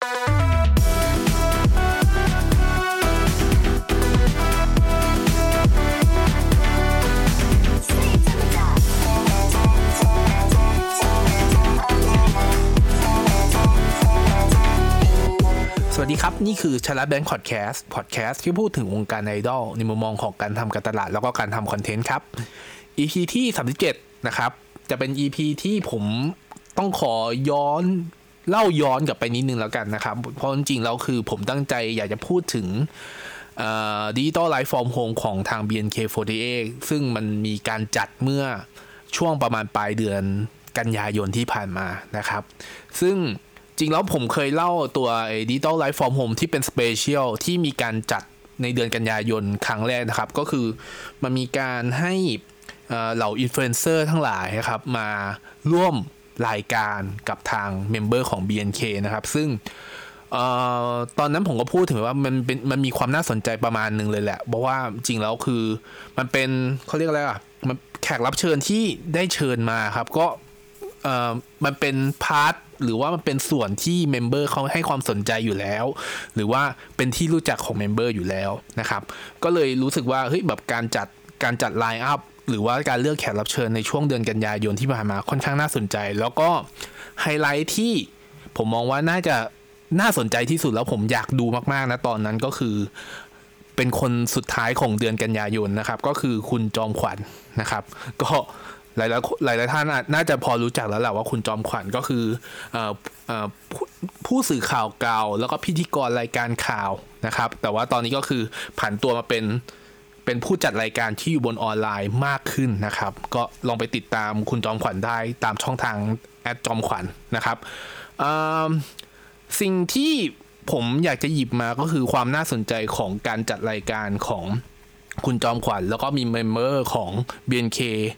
สวัสดีครับนี่คือชลัดแบงค์พอดแคสต์ที่พูดถึงวงการไอดอลในมุมมองของการทำการตลาดแล้วก็การทำคอนเทนต์ครับ EP ที่37นะครับจะเป็น EP ที่ผมต้องขอเล่าย้อนกลับไปนิดนึงแล้วกันนะครับเพราะจริงๆแล้วคือผมตั้งใจอยากจะพูดถึงDigital Live from Home ของทาง BNK48 ซึ่งมันมีการจัดเมื่อช่วงประมาณปลายเดือนกันยายนที่ผ่านมานะครับซึ่งจริงแล้วผมเคยเล่าตัว Digital Live from Home ที่เป็นสเปเชียลที่มีการจัดในเดือนกันยายนครั้งแรกนะครับก็คือมันมีการให้เหล่าอินฟลูเอนเซอร์ทั้งหลายนะครับมาร่วมรายการกับทางเมมเบอร์ของ BNK นะครับซึ่งตอนนั้นผมก็พูดถึงว่ามันมีความน่าสนใจประมาณหนึ่งเลยแหละเพราะว่าจริงแล้วคือมันเป็นเขาเรียกอะไรมันแขกรับเชิญที่ได้เชิญมาครับก็มันเป็นพาร์ทหรือว่ามันเป็นส่วนที่เมมเบอร์เขาให้ความสนใจอยู่แล้วหรือว่าเป็นที่รู้จักของเมมเบอร์อยู่แล้วนะครับก็เลยรู้สึกว่าเฮ้ยแบบการจัดไลน์อัพหรือว่าการเลือกแขกรับเชิญในช่วงเดือนกันยายนที่ผ่านมาค่อนข้างน่าสนใจแล้วก็ไฮไลท์ที่ผมมองว่าน่าสนใจที่สุดแล้วผมอยากดูมากๆนะตอนนั้นก็คือเป็นคนสุดท้ายของเดือนกันยายนนะครับก็คือคุณจอมขวัญ นะครับก็หลายท่านน่าจะพอรู้จักแล้วแหละว่าคุณจอมขวัญก็คือผู้สื่อข่าวเก่าแล้วก็พิธีกรรายการข่าวนะครับแต่ว่าตอนนี้ก็คือผันตัวมาเป็นผู้จัดรายการที่อยู่บนออนไลน์มากขึ้นนะครับก็ลองไปติดตามคุณจอมขวัญได้ตามช่องทางจอมขวัญนะครับสิ่งที่ผมอยากจะหยิบมาก็คือความน่าสนใจของการจัดรายการของคุณจอมขวัญแล้วก็มีเมมเบอร์ของ BNK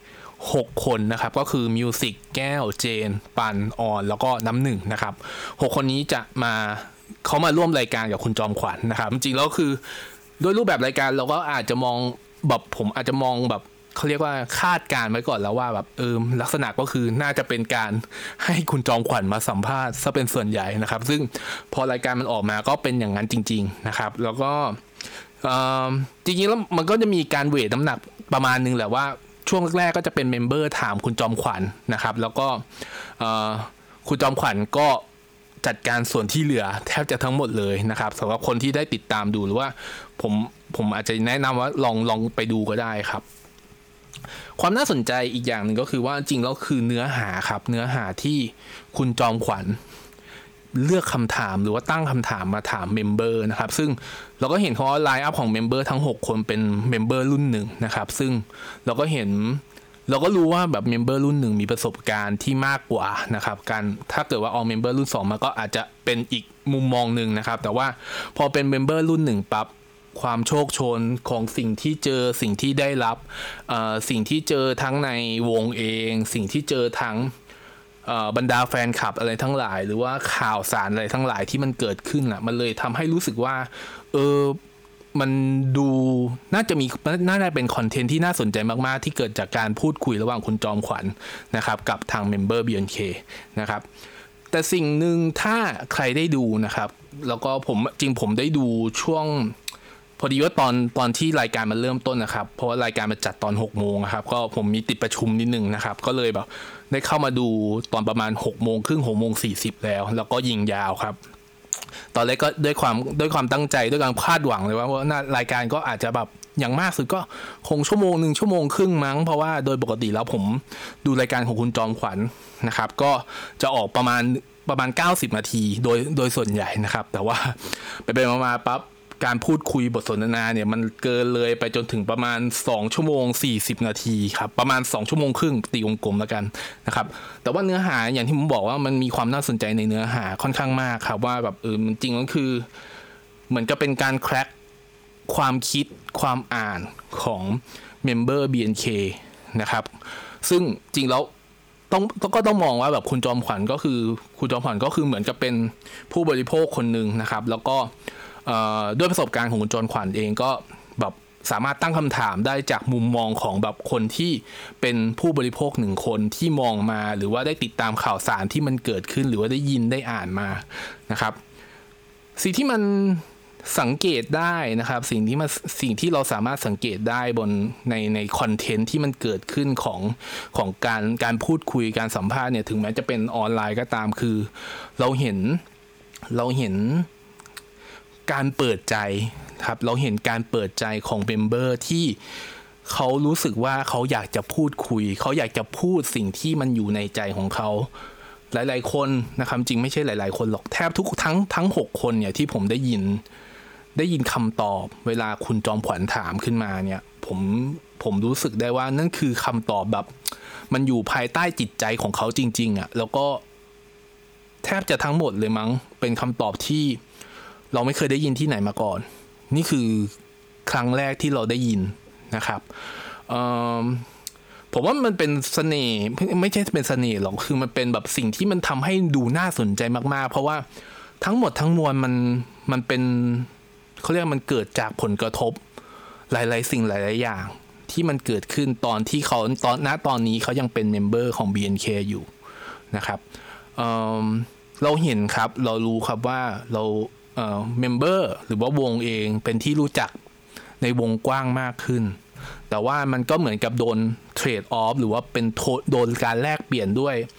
6 คนนะครับก็คือมิวสิกแก้วเจนปันออนแล้วก็น้ำหนึ่งนะครับ6คนนี้เขามาร่วมรายการกับคุณจอมขวัญ นะครับจริงๆแล้วคือด้วยรูปแบบรายการเราก็อาจจะมองแบบผมอาจจะมองแบบเขาเรียกว่าคาดการไว้ก่อนแล้วว่าแบบลักษณะก็คือน่าจะเป็นการให้คุณจอมขวัญมาสัมภาษณ์ซะเป็นส่วนใหญ่นะครับซึ่งพอรายการมันออกมาก็เป็นอย่างนั้นจริงๆนะครับแล้วก็จริงๆแล้วมันก็จะมีการเวทน้ำหนักประมาณนึงแหละว่าช่วงแรกๆก็จะเป็นเมมเบอร์ถามคุณจอมขวัญนะครับแล้วก็คุณจอมขวัญก็จัดการส่วนที่เหลือแทบจะทั้งหมดเลยนะครับสำหรับคนที่ได้ติดตามดูหรือว่าผมอาจจะแนะนำว่าลองไปดูก็ได้ครับความน่าสนใจอีกอย่างหนึ่งก็คือว่าจริงแล้วคือเนื้อหาครับเนื้อหาที่คุณจอมขวัญเลือกคำถามหรือว่าตั้งคำถามมาถามเมมเบอร์นะครับซึ่งเราก็เห็นเขาไลน์อัพของเมมเบอร์ทั้ง6คนเป็นเมมเบอร์รุ่นหนึ่งนะครับซึ่งเราก็รู้ว่าแบบเมมเบอร์รุ่นหนึ่งมีประสบการณ์ที่มากกว่านะครับถ้าเกิดว่าเอาเมมเบอร์รุ่น2มาก็อาจจะเป็นอีกมุมมองหนึ่งนะครับแต่ว่าพอเป็นเมมเบอร์รุ่น1ปั๊บความโชคโชนของสิ่งที่เจอสิ่งที่ได้รับสิ่งที่เจอทั้งในวงเองสิ่งที่เจอทั้งบรรดาแฟนคลับอะไรทั้งหลายหรือว่าข่าวสารอะไรทั้งหลายที่มันเกิดขึ้นอ่ะมันเลยทำให้รู้สึกว่ามันดูน่าจะเป็นคอนเทนต์ที่น่าสนใจมากๆที่เกิดจากการพูดคุยระหว่างคุณจอมขวัญนะครับกับทางเมมเบอร์ BNK นะครับแต่สิ่งหนึ่งถ้าใครได้ดูนะครับแล้วก็ผมได้ดูช่วงพอดีว่าตอนที่รายการมันเริ่มต้นนะครับเพราะว่ารายการมันจัดตอน 6 โมงครับก็ผมมีติดประชุมนิดนึงนะครับก็เลยแบบได้เข้ามาดูตอนประมาณ 6 โมงครึ่ง 6 โมง 40แล้วก็ยิงยาวครับตอนแรกก็ด้วยความตั้งใจด้วยการคาดหวังเลยว่ารายการก็อาจจะแบบอย่างมากสุดก็คงชั่วโมง1ชั่วโมงครึ่งมั้งเพราะว่าโดยปกติแล้วผมดูรายการของคุณจอมขวัญนะครับก็จะออกประมาณ90นาทีโดยส่วนใหญ่นะครับแต่ว่าไปมาปั๊บการพูดคุยบทสนทนาเนี่ยมันเกินเลยไปจนถึงประมาณ2ชั่วโมง40นาทีครับประมาณ2ชั่วโมงครึ่งตีวงกลมแล้วกันนะครับแต่ว่าเนื้อหาอย่างที่ผมบอกว่ามันมีความน่าสนใจในเนื้อหาค่อนข้างมากครับว่าแบบมันจริงก็คือเหมือนกับเป็นการแคร็กความคิดความอ่านของเมมเบอร์ BNK นะครับซึ่งจริงแล้วต้องมองว่าแบบคุณจอมขวัญก็คือเหมือนกับเป็นผู้บริโภคคนหนึ่งนะครับแล้วก็ด้วยประสบการณ์ของคุณจอมขวัญเองก็แบบสามารถตั้งคำถามได้จากมุมมองของแบบคนที่เป็นผู้บริโภค1คนที่มองมาหรือว่าได้ติดตามข่าวสารที่มันเกิดขึ้นหรือว่าได้ยินได้อ่านมานะครับสิ่งที่มันสังเกตได้นะครับสิ่งที่เราสามารถสังเกตได้บนในคอนเทนต์ที่มันเกิดขึ้นของการพูดคุยการสัมภาษณ์เนี่ยถึงแม้จะเป็นออนไลน์ก็ตามคือเราเห็นการเปิดใจครับเราเห็นการเปิดใจของเมมเบอร์ที่เขารู้สึกว่าเขาอยากจะพูดคุยเขาอยากจะพูดสิ่งที่มันอยู่ในใจของเขาหลายๆคนนะครับจริงไม่ใช่หลายๆคนหรอกแทบทั้ง6คนเนี่ยที่ผมได้ยินคำตอบเวลาคุณจอมขวัญถามขึ้นมาเนี่ยผมรู้สึกได้ว่านั่นคือคำตอบแบบมันอยู่ภายใต้จิตใจของเขาจริงๆอ่ะแล้วก็แทบจะทั้งหมดเลยมั้งเป็นคำตอบที่เราไม่เคยได้ยินที่ไหนมาก่อนนี่คือครั้งแรกที่เราได้ยินนะครับผมว่ามันเป็นเสน่ห์ไม่ใช่เป็นเสน่ห์หรอกคือมันเป็นแบบสิ่งที่มันทำให้ดูน่าสนใจมากๆเพราะว่าทั้งหมดทั้งมวลมันเป็นเขาเรียกมันเกิดจากผลกระทบหลายๆสิ่งหลายๆอย่างที่มันเกิดขึ้นตอนที่เขาตอนนี้เขายังเป็นเมมเบอร์ของ BNK อยู่นะครับเราเห็นครับเรารู้ครับว่าเราเมมเบอร์หรือว่าวงเองเป็นที่รู้จักในวงกว้างมากขึ้นแต่ว่ามันก็เหมือนกับโดนเทรดออฟหรือว่าเป็นโดนการแลกเปลี่ยน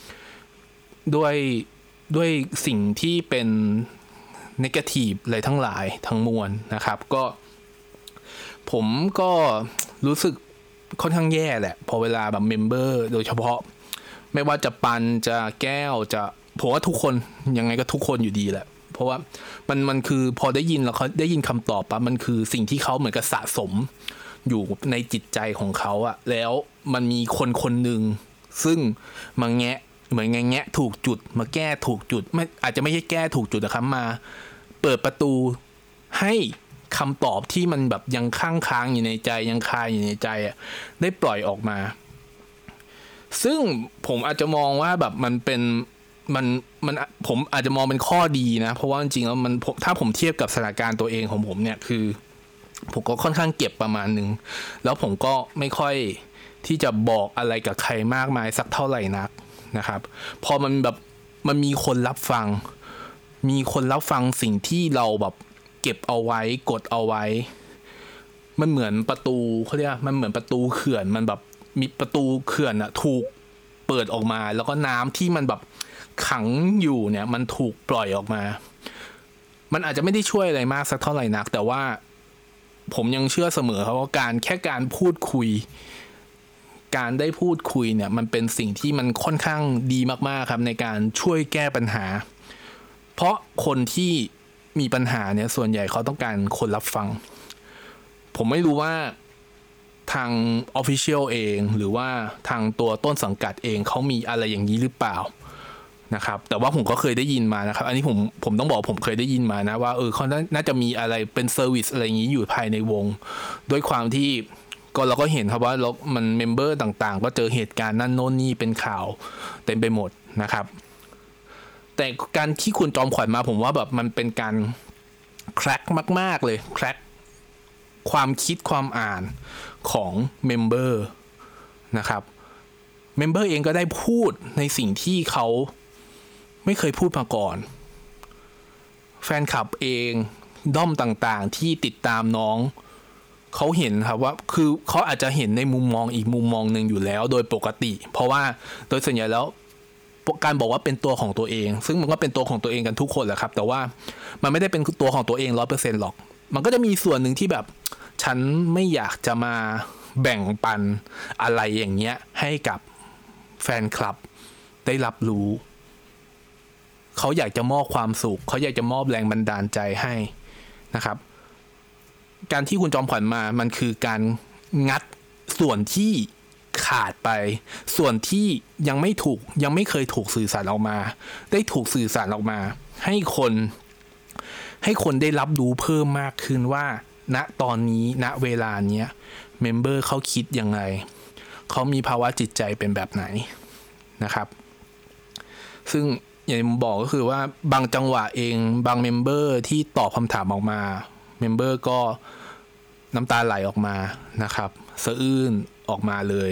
ด้วยสิ่งที่เป็นเนกาทีฟอะไรทั้งหลายทั้งมวลนะครับก็ผมก็รู้สึกค่อนข้างแย่แหละพอเวลาแบบเมมเบอร์โดยเฉพาะไม่ว่าจะปันจะแก้วจะผมว่าทุกคนยังไงก็ทุกคนอยู่ดีแหละเพราะว่ามันคือพอได้ยินแล้วเขาได้ยินคำตอบปั๊บมันคือสิ่งที่เขาเหมือนกับสะสมอยู่ในจิตใจของเขาอะแล้วมันมีคนหนึ่งซึ่งมาแงะเหมือนแงะถูกจุดมาแก้ถูกจุดไม่อาจจะไม่ใช่แก้ถูกจุดนะครับมาเปิดประตูให้คำตอบที่มันแบบยังค้างอยู่ในใจยังคาอยู่ในใจอะได้ปล่อยออกมาซึ่งผมอาจจะมองว่าแบบมันเป็นมันผมอาจจะมองเป็นข้อดีนะเพราะว่าจริงๆแล้วถ้าผมเทียบกับสถานการณ์ตัวเองของผมเนี่ยคือผมก็ค่อนข้างเก็บประมาณนึงแล้วผมก็ไม่ค่อยที่จะบอกอะไรกับใครมากมายสักเท่าไหร่นักนะครับพอมันมีคนรับฟังสิ่งที่เราแบบเก็บเอาไว้กดเอาไว้มันเหมือนประตูเขาเรียกมันเหมือนประตูเขื่อนมันแบบมีประตูเขื่อนอะถูกเปิดออกมาแล้วก็น้ำที่มันแบบขังอยู่เนี่ยมันถูกปล่อยออกมามันอาจจะไม่ได้ช่วยอะไรมากสักเท่าไหร่นักแต่ว่าผมยังเชื่อเสมอครับว่าการพูดคุยการได้พูดคุยเนี่ยมันเป็นสิ่งที่มันค่อนข้างดีมากๆครับในการช่วยแก้ปัญหาเพราะคนที่มีปัญหาเนี่ยส่วนใหญ่เขาต้องการคนรับฟังผมไม่รู้ว่าทาง Official เองหรือว่าทางตัวต้นสังกัดเองเขามีอะไรอย่างนี้หรือเปล่านะครับแต่ว่าผมก็เคยได้ยินมานะครับอันนี้ผมต้องบอกผมเคยได้ยินมานะว่าเขาน่าจะมีอะไรเป็นเซอร์วิสอะไรอย่างนี้อยู่ภายในวงด้วยความที่ก็เราก็เห็นครับว่ามันเมมเบอร์ต่างๆก็เจอเหตุการณ์นั่นโน่นนี่เป็นข่าวเต็มไปหมดนะครับแต่การที่คุณจอมขวัญมาผมว่าแบบมันเป็นการแคร็กมากๆเลยแคร็กความคิดความอ่านของเมมเบอร์นะครับเมมเบอร์เองก็ได้พูดในสิ่งที่เขาไม่เคยพูดมาก่อนแฟนคลับเองด้อมต่างๆที่ติดตามน้องเขาเห็นครับว่าคือเขาอาจจะเห็นในมุมมองอีกมุมมองหนึ่งอยู่แล้วโดยปกติเพราะว่าโดยส่วนใหญ่แล้วการบอกว่าเป็นตัวของตัวเองซึ่งมันก็เป็นตัวของตัวเองกันทุกคนแหละครับแต่ว่ามันไม่ได้เป็นตัวของตัวเอง 100% หรอกมันก็จะมีส่วนหนึ่งที่แบบฉันไม่อยากจะมาแบ่งปันอะไรอย่างเงี้ยให้กับแฟนคลับได้รับรู้เขาอยากจะมอบความสุขเขาอยากจะมอบแรงบันดาลใจให้นะครับการที่คุณจอมขวัญมามันคือการงัดส่วนที่ขาดไปส่วนที่ยังไม่เคยถูกสื่อสารออกมาได้ถูกสื่อสารออกมาให้คนได้รับรู้เพิ่มมากขึ้นว่าณตอนนี้ณเวลาเนี้ยเมมเบอร์เขาคิดยังไงเขามีภาวะจิตใจเป็นแบบไหนนะครับซึ่งอย่างที่ผมบอกก็คือว่าบางจังหวะเองบางเมมเบอร์ที่ตอบคำถามออกมาเมมเบอร์ก็น้ำตาไหลออกมานะครับสะอื้นออกมาเลย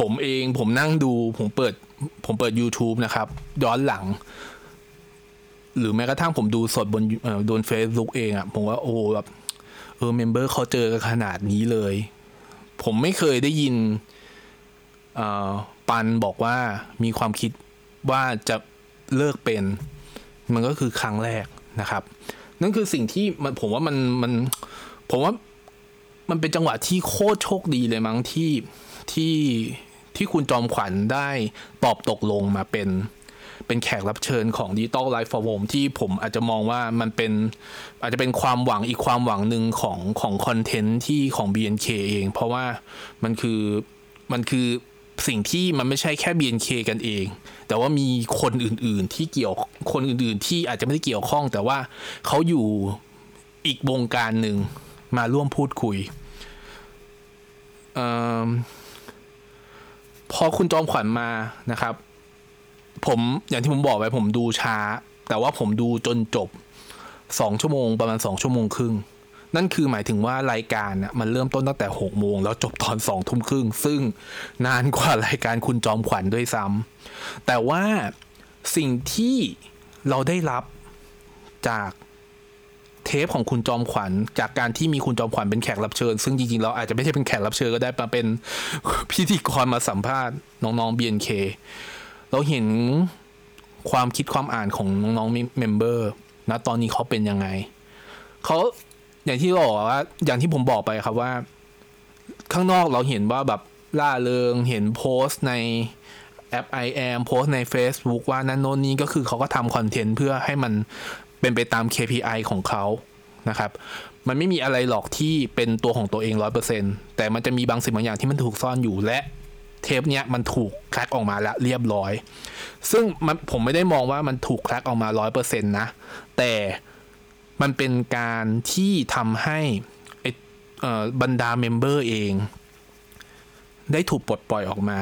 ผมนั่งดูผมเปิด YouTube นะครับย้อนหลังหรือแม้กระทั่งผมดูสดบน Facebook เองอะผมว่าโอ้แบบเมมเบอร์เขาเจอกันขนาดนี้เลยผมไม่เคยได้ยินปันบอกว่ามีความคิดว่าจะเลิกเป็นมันก็คือครั้งแรกนะครับนั่นคือสิ่งที่ผมว่าผมว่ามันเป็นจังหวะที่โคตรโชคดีเลยมั้งที่คุณจอมขวัญได้ตอบตกลงมาเป็นแขกรับเชิญของ Digital Life Forum ที่ผมอาจจะมองว่ามันเป็นอาจจะเป็นความหวังอีกความหวังหนึ่งของคอนเทนต์ที่ของ BNK เองเพราะว่ามันคือสิ่งที่มันไม่ใช่แค่ BNK กันเองแต่ว่ามีคนอื่นๆที่อาจจะไม่ได้เกี่ยวข้องแต่ว่าเขาอยู่อีกวงการหนึ่งมาร่วมพูดคุยพอคุณจอมขวัญมานะครับผมอย่างที่ผมบอกไปผมดูช้าแต่ว่าผมดูจนจบ2 ชั่วโมงประมาณ2 ชั่วโมงครึ่งนั่นคือหมายถึงว่ารายการน่ะมันเริ่มต้นตั้งแต่6 โมงแล้วจบตอน2 ทุ่มครึ่งซึ่งนานกว่ารายการคุณจอมขวัญด้วยซ้ำแต่ว่าสิ่งที่เราได้รับจากเทปของคุณจอมขวัญจากการที่มีคุณจอมขวัญเป็นแขกรับเชิญซึ่งจริงๆเราอาจจะไม่ใช่เป็นแขกรับเชิญก็ได้มาเป็นพิธีกรมาสัมภาษณ์น้องๆ BNK เราเห็นความคิดความอ่านของน้องๆเมมเบอร์นะตอนนี้เขาเป็นยังไงเขาอย่างที่บอกว่าอย่างที่ผมบอกไปครับว่าข้างนอกเราเห็นว่าแบบล่าเริงเห็นโพสต์ในแอป I am โพสต์ใน Facebook ว่านั่นโน่นนี่ก็คือเขาก็ทำคอนเทนต์เพื่อให้มันเป็นไปตาม KPI ของเขานะครับมันไม่มีอะไรหรอกที่เป็นตัวของตัวเอง 100% แต่มันจะมีบางสิ่งบางอย่างที่มันถูกซ่อนอยู่และเทปเนี้ยมันถูกแคร็กออกมาแล้วเรียบร้อยซึ่งผมไม่ได้มองว่ามันถูกแคร็กออกมา 100% นะแต่มันเป็นการที่ทำให้บรรดาเมมเบอร์เองได้ถูกปลดปล่อยออกมา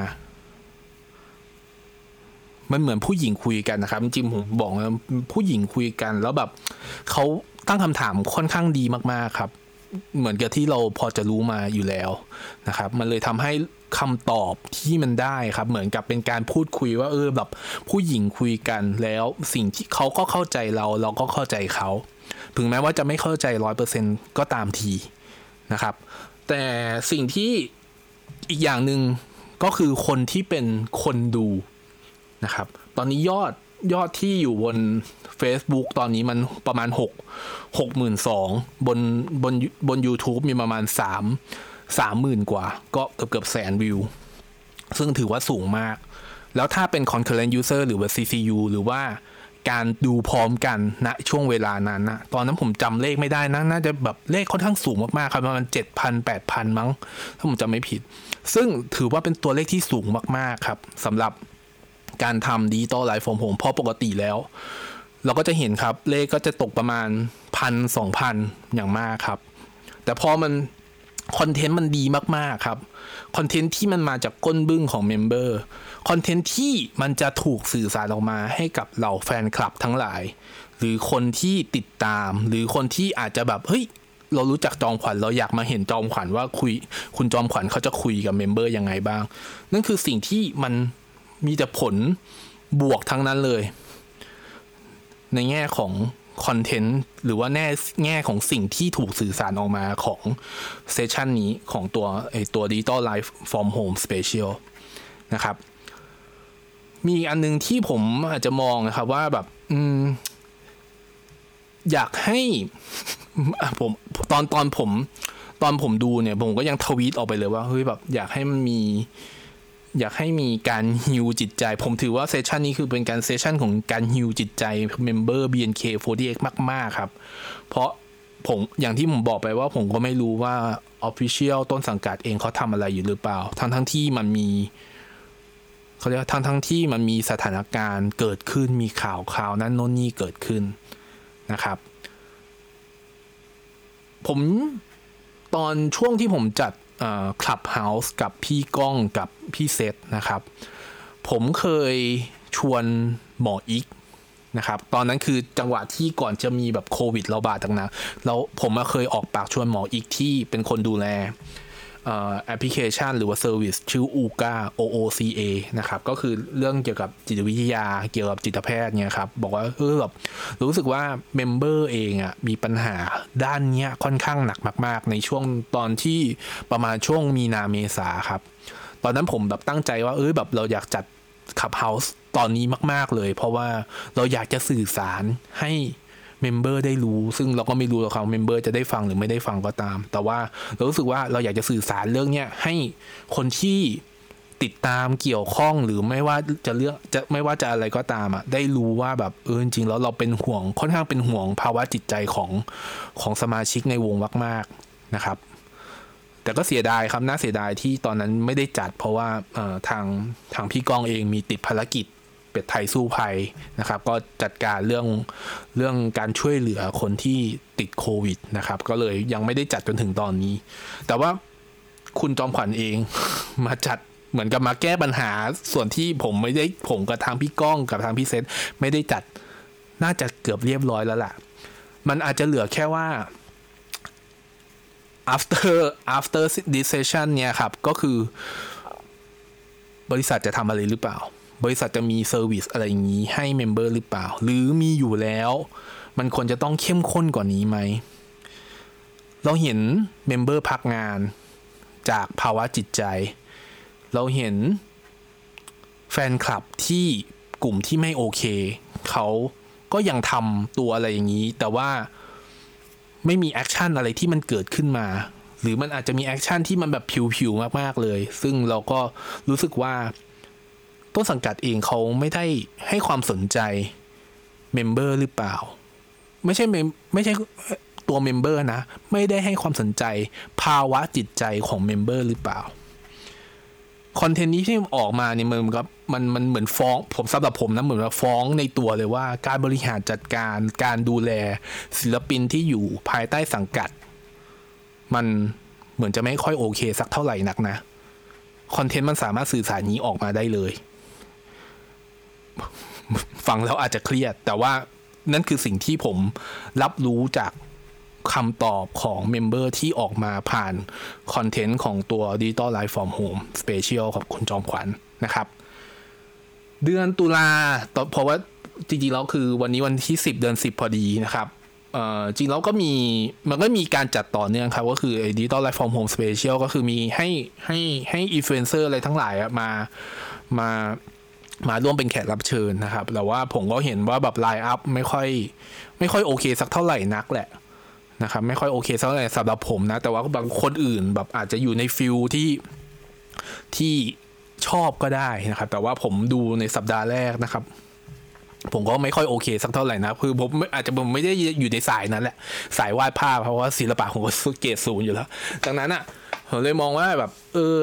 มันเหมือนผู้หญิงคุยกันนะครับจริงๆผมบอกว่าผู้หญิงคุยกันแล้วแบบเขาตั้งคำถามค่อนข้างดีมากๆครับเหมือนกับที่เราพอจะรู้มาอยู่แล้วนะครับมันเลยทำให้คำตอบที่มันได้ครับเหมือนกับเป็นการพูดคุยว่าแบบผู้หญิงคุยกันแล้วสิ่งที่เขาก็เข้าใจเราก็เข้าใจเขาถึงแม้ว่าจะไม่เข้าใจ 100% ก็ตามทีนะครับแต่สิ่งที่อีกอย่างหนึ่งก็คือคนที่เป็นคนดูนะครับตอนนี้ยอดที่อยู่บน Facebook ตอนนี้มันประมาณ62,000บน YouTube มีประมาณ30,000 กว่าก็เกือบแสนวิวซึ่งถือว่าสูงมากแล้วถ้าเป็น concurrent user หรือว่า CCU หรือว่าการดูพร้อมกันณช่วงเวลานั้นนะตอนนั้นผมจำเลขไม่ได้นะน่าจะแบบเลขค่อนข้างสูงมากๆครับประมาณ 7,000-8,000 มั้งถ้าผมจำไม่ผิดซึ่งถือว่าเป็นตัวเลขที่สูงมากๆครับสำหรับการทำ Digital Life From Home เพราะปกติแล้วเราก็จะเห็นครับเลขก็จะตกประมาณ 1,000-2,000 อย่างมากครับแต่พอมันคอนเทนต์มันดีมากๆครับคอนเทนต์ที่มันมาจากก้นบึ้งของเมมเบอร์คอนเทนต์ที่มันจะถูกสื่อสารออกมาให้กับเหล่าแฟนคลับทั้งหลายหรือคนที่ติดตามหรือคนที่อาจจะแบบเฮ้ยเรารู้จักจอมขวัญเราอยากมาเห็นจอมขวัญว่าคุณจอมขวัญเขาจะคุยกับเมมเบอร์ยังไงบ้างนั่นคือสิ่งที่มันมีแต่ผลบวกทั้งนั้นเลยในแง่ของคอนเทนต์หรือว่าแง่ของสิ่งที่ถูกสื่อสารออกมาของเซสชันนี้ของตัว Digital Life From Home Special นะครับมีอันนึงที่ผมอาจจะมองนะครับว่าแบบอยากให้ผมตอนผมดูเนี่ยผมก็ยังทวีตออกไปเลยว่าเฮ้ยแบบอยากให้มีการฮีลจิตใจผมถือว่าเซสชันนี้คือเป็นการเซสชันของการฮีลจิตใจเมมเบอร์ BNK48 มากๆครับเพราะผมอย่างที่ผมบอกไปว่าผมก็ไม่รู้ว่า Official ต้นสังกัดเองเขาทำอะไรอยู่หรือเปล่าทั้งที่มันมีเขาเรียกทั้งที่มันมีสถานการณ์เกิดขึ้นมีข่าวนั้นโน่นนี่เกิดขึ้นนะครับผมตอนช่วงที่ผมจัดClubhouse กับพี่ก้องกับพี่เซตนะครับผมเคยชวนหมออีกนะครับตอนนั้นคือจังหวะที่ก่อนจะมีแบบโควิดระบาดต่างๆแล้วผมเคยออกปากชวนหมออีกที่เป็นคนดูแลแอปพลิเคชันหรือว่าเซอร์วิสชื่อ OOCA OOCA นะครับก็คือเรื่องเกี่ยวกับจิตวิทยาเกี่ยวกับจิตแพทย์เนี่ยครับบอกว่าแบบรู้สึกว่าเมมเบอร์เองอ่ะมีปัญหาด้านเนี้ยค่อนข้างหนักมากๆในช่วงตอนที่ประมาณช่วงมีนาเมษาครับตอนนั้นผมแบบตั้งใจว่าแบบเราอยากจัดClubhouse ตอนนี้มากๆเลยเพราะว่าเราอยากจะสื่อสารให้เมมเบอร์ได้รู้ซึ่งเราก็ไม่รู้หรอกครับเมมเบอร์จะได้ฟังหรือไม่ได้ฟังก็ตามแต่ว่าเรารู้สึกว่าเราอยากจะสื่อสารเรื่องเนี้ยให้คนที่ติดตามเกี่ยวข้องหรือไม่ว่าจะเรื่องจะไม่ว่าจะอะไรก็ตามอ่ะได้รู้ว่าแบบจริงๆแล้วเราเป็นห่วงค่อนข้างเป็นห่วงภาวะจิตใจของสมาชิกในวงมากๆนะครับแต่ก็เสียดายครับน่าเสียดายที่ตอนนั้นไม่ได้จัดเพราะว่าทางพี่ก้องเองมีติดภารกิจเป็ดไทยสู้ภัยนะครับก็จัดการเรื่องการช่วยเหลือคนที่ติดโควิดนะครับก็เลยยังไม่ได้จัดจนถึงตอนนี้แต่ว่าคุณจอมขวัญเอง มาจัดเหมือนกับมาแก้ปัญหาส่วนที่ผมกับทางพี่ก้องกับทางพี่เซนไม่ได้จัดน่าจะเกือบเรียบร้อยแล้วล่ะมันอาจจะเหลือแค่ว่าafter this session เนี่ยครับก็คือบริษัทจะทำอะไรหรือเปล่าบริษัทจะมีเซอร์วิสอะไรอย่างนี้ให้เมมเบอร์หรือเปล่าหรือมีอยู่แล้วมันควรจะต้องเข้มข้นกว่านี้ไหมเราเห็นเมมเบอร์พักงานจากภาวะจิตใจเราเห็นแฟนคลับที่กลุ่มที่ไม่โอเคเขาก็ยังทำตัวอะไรอย่างนี้แต่ว่าไม่มีแอคชั่นอะไรที่มันเกิดขึ้นมาหรือมันอาจจะมีแอคชั่นที่มันแบบผิวๆมากๆเลยซึ่งเราก็รู้สึกว่าต้นสังกัดเองเขาไม่ได้ให้ความสนใจเมมเบอร์หรือเปล่าไม่ใช่ตัวเมมเบอร์นะไม่ได้ให้ความสนใจภาวะจิตใจของเมมเบอร์หรือเปล่าคอนเทนต์นี้ที่ออกมาเนี่ยมันเหมือนฟ้องผมสำหรับผมนะเหมือนว่าฟ้องในตัวเลยว่าการบริหารจัดการการดูแลศิลปินที่อยู่ภายใต้สังกัดมันเหมือนจะไม่ค่อยโอเคสักเท่าไหร่นักนะคอนเทนต์มันสามารถสื่อสารนี้ออกมาได้เลยฟังแล้วอาจจะเครียดแต่ว่านั่นคือสิ่งที่ผมรับรู้จากคำตอบของเมมเบอร์ที่ออกมาผ่านคอนเทนต์ของตัว Digital Life from Home Special กับคุณจอมขวัญ นะครับเดือนตุลาเพราะว่าจริงๆแล้วคือวันนี้วันที่10เดือน10พอดีนะครับจริงแล้วก็มันก็มีการจัดต่อเนื่องครับก็คือ Digital Life from Home Special ก็คือมีให้อินฟลูเอนเซอร์อะไรทั้งหลายมาร่วมเป็นแขกรับเชิญนะครับแต่ว่าผมก็เห็นว่าแบบไลน์อัพไม่ค่อยโอเคสักเท่าไหร่นักแหละนะครับไม่ค่อยโอเคสักเท่าไหร่สำหรับผมนะแต่ว่าบางคนอื่นแบบอาจจะอยู่ในฟิลที่ชอบก็ได้นะครับแต่ว่าผมดูในสัปดาห์แรกนะครับผมก็ไม่ค่อยโอเคสักเท่าไหร่นะคือผมอาจจะไม่ได้อยู่ในสายนั้นแหละสายวาดภาพเพราะว่าศิลปะผมก็เกรด0อยู่แล้วดังนั้นอ่ะผมเลยมองว่าแบบ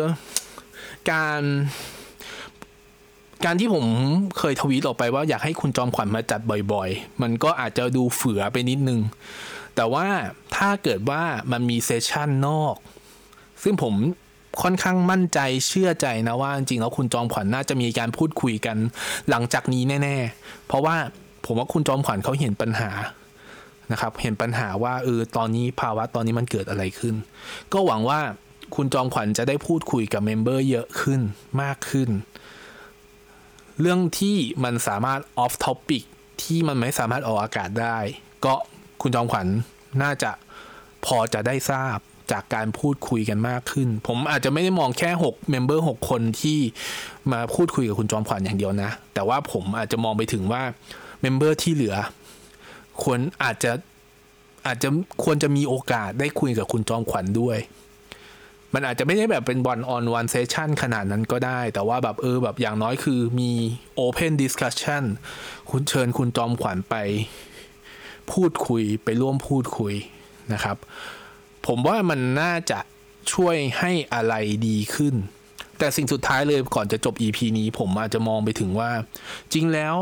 การที่ผมเคยทวีตออกไปว่าอยากให้คุณจอมขวัญมาจัดบ่อยๆมันก็อาจจะดูเฝือไปนิดนึงแต่ว่าถ้าเกิดว่ามันมีเซสชั่นนอกซึ่งผมค่อนข้างมั่นใจเชื่อใจนะว่าจริงๆแล้วคุณจอมขวัญน่าจะมีการพูดคุยกันหลังจากนี้แน่ๆเพราะว่าผมว่าคุณจอมขวัญเขาเห็นปัญหานะครับเห็นปัญหาว่าตอนนี้ภาวะตอนนี้มันเกิดอะไรขึ้นก็หวังว่าคุณจอมขวัญจะได้พูดคุยกับเมมเบอร์เยอะขึ้นมากขึ้นเรื่องที่มันสามารถ off topic ที่มันไม่สามารถออกอากาศได้ก็คุณจอมขวัญน่าจะพอจะได้ทราบจากการพูดคุยกันมากขึ้นผมอาจจะไม่ได้มองแค่6เมมเบอร์6คนที่มาพูดคุยกับคุณจอมขวัญอย่างเดียวนะแต่ว่าผมอาจจะมองไปถึงว่าเมมเบอร์ที่เหลืออาจจะควรจะมีโอกาสได้คุยกับคุณจอมขวัญด้วยมันอาจจะไม่ได้แบบเป็น one on one session ขนาดนั้นก็ได้แต่ว่าแบบแบบอย่างน้อยคือมี open discussion คุณเชิญคุณจอมขวัญไปพูดคุยไปร่วมพูดคุยนะครับผมว่ามันน่าจะช่วยให้อะไรดีขึ้นแต่สิ่งสุดท้ายเลยก่อนจะจบ EP นี้ผมอาจจะมองไปถึงว่าจริงแล้ว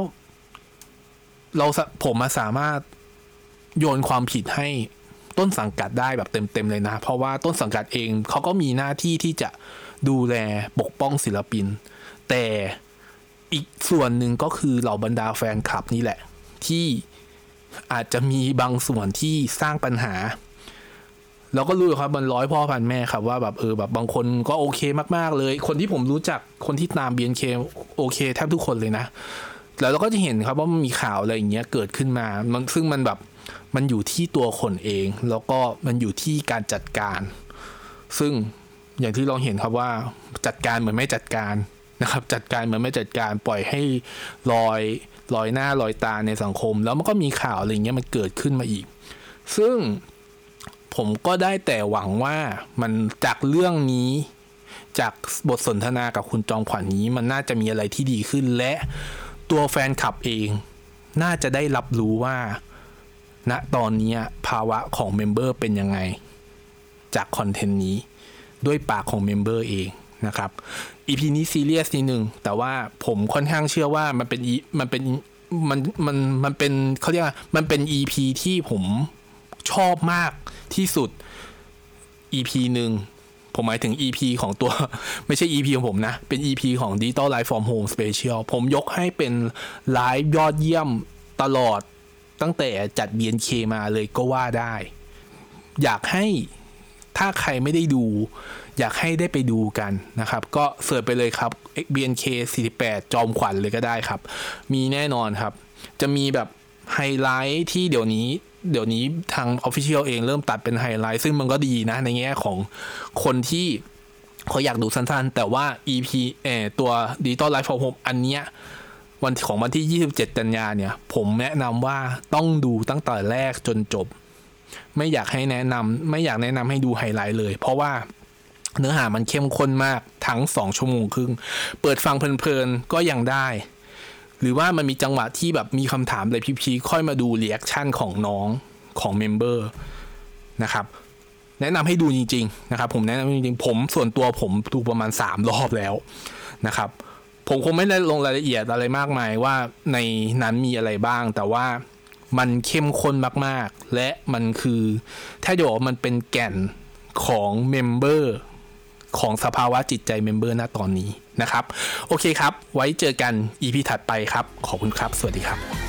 ผมสามารถโยนความผิดให้ต้นสังกัดได้แบบเต็มๆเลยนะเพราะว่าต้นสังกัดเองเขาก็มีหน้าที่ที่จะดูแลปกป้องศิลปินแต่อีกส่วนหนึ่งก็คือเหล่าบรรดาแฟนคลับนี่แหละที่อาจจะมีบางส่วนที่สร้างปัญหาเราก็รู้ครับมันร้อยพ่อพันแม่ครับว่าแบบแบบบางคนก็โอเคมากๆเลยคนที่ผมรู้จักคนที่ตาม BNK โอเคแทบทุกคนเลยนะแล้วเราก็จะเห็นครับว่ามันมีข่าวอะไรอย่างเงี้ยเกิดขึ้นมามันซึ่งมันแบบมันอยู่ที่ตัวคนเองแล้วก็มันอยู่ที่การจัดการซึ่งอย่างที่เราเห็นครับว่าจัดการเหมือนไม่จัดการนะครับจัดการเหมือนไม่จัดการปล่อยให้ลอยหน้าลอยตาในสังคมแล้วมันก็มีข่าวอะไรเงี้ยมันเกิดขึ้นมาอีกซึ่งผมก็ได้แต่หวังว่ามันจากเรื่องนี้จากบทสนทนากับคุณจอมขวัญนี้มันน่าจะมีอะไรที่ดีขึ้นและตัวแฟนคลับเองน่าจะได้รับรู้ว่าณตอนนี้ภาวะของเมมเบอร์เป็นยังไงจากคอนเทนต์นี้ด้วยปากของเมมเบอร์เองนะครับ EP นี้ซีเรียสนิดนึงแต่ว่าผมค่อนข้างเชื่อว่ามันเป็นเขาเรียกว่ามันเป็น EP ที่ผมชอบมากที่สุด EP หนึ่งผมหมายถึง EP ของตัว ไม่ใช่ EP ของผมนะเป็น EP ของ Digital Life from Home Special ผมยกให้เป็นไลฟ์ยอดเยี่ยมตลอดตั้งแต่จัด BNK มาเลยก็ว่าได้อยากให้ถ้าใครไม่ได้ดูอยากให้ได้ไปดูกันนะครับก็เสิร์ชไปเลยครับ BNK 48จอมขวัญเลยก็ได้ครับมีแน่นอนครับจะมีแบบไฮไลท์ที่เดี๋ยวนี้ทาง Official เองเริ่มตัดเป็นไฮไลท์ซึ่งมันก็ดีนะในแง่ของคนที่เขาอยากดูสั้นๆแต่ว่า EP ตัว Digital Life from Home อันเนี้ยวันที่27กันยาเนี่ยผมแนะนำว่าต้องดูตั้งแต่แรกจนจบไม่อยากแนะนำให้ดูไฮไลท์เลยเพราะว่าเนื้อหามันเข้มข้นมากทั้ง2 ชั่วโมงครึ่งเปิดฟังเพลินๆก็ยังได้หรือว่ามันมีจังหวะที่แบบมีคำถามอะไรพีค่อยมาดูรีแอคชั่นของน้องของเมมเบอร์นะครับแนะนำให้ดูจริงๆนะครับผมแนะนำจริงๆผมส่วนตัวผมดูประมาณ3 รอบแล้วนะครับผมคงไม่ได้ลงรายละเอียดอะไรมากมายว่าในนั้นมีอะไรบ้างแต่ว่ามันเข้มข้นมากๆและมันคือถ้าจะบอกว่ามันเป็นแก่นของเมมเบอร์ของสภาวะจิตใจเมมเบอร์ณตอนนี้นะครับโอเคครับไว้เจอกัน EP ถัดไปครับขอบคุณครับสวัสดีครับ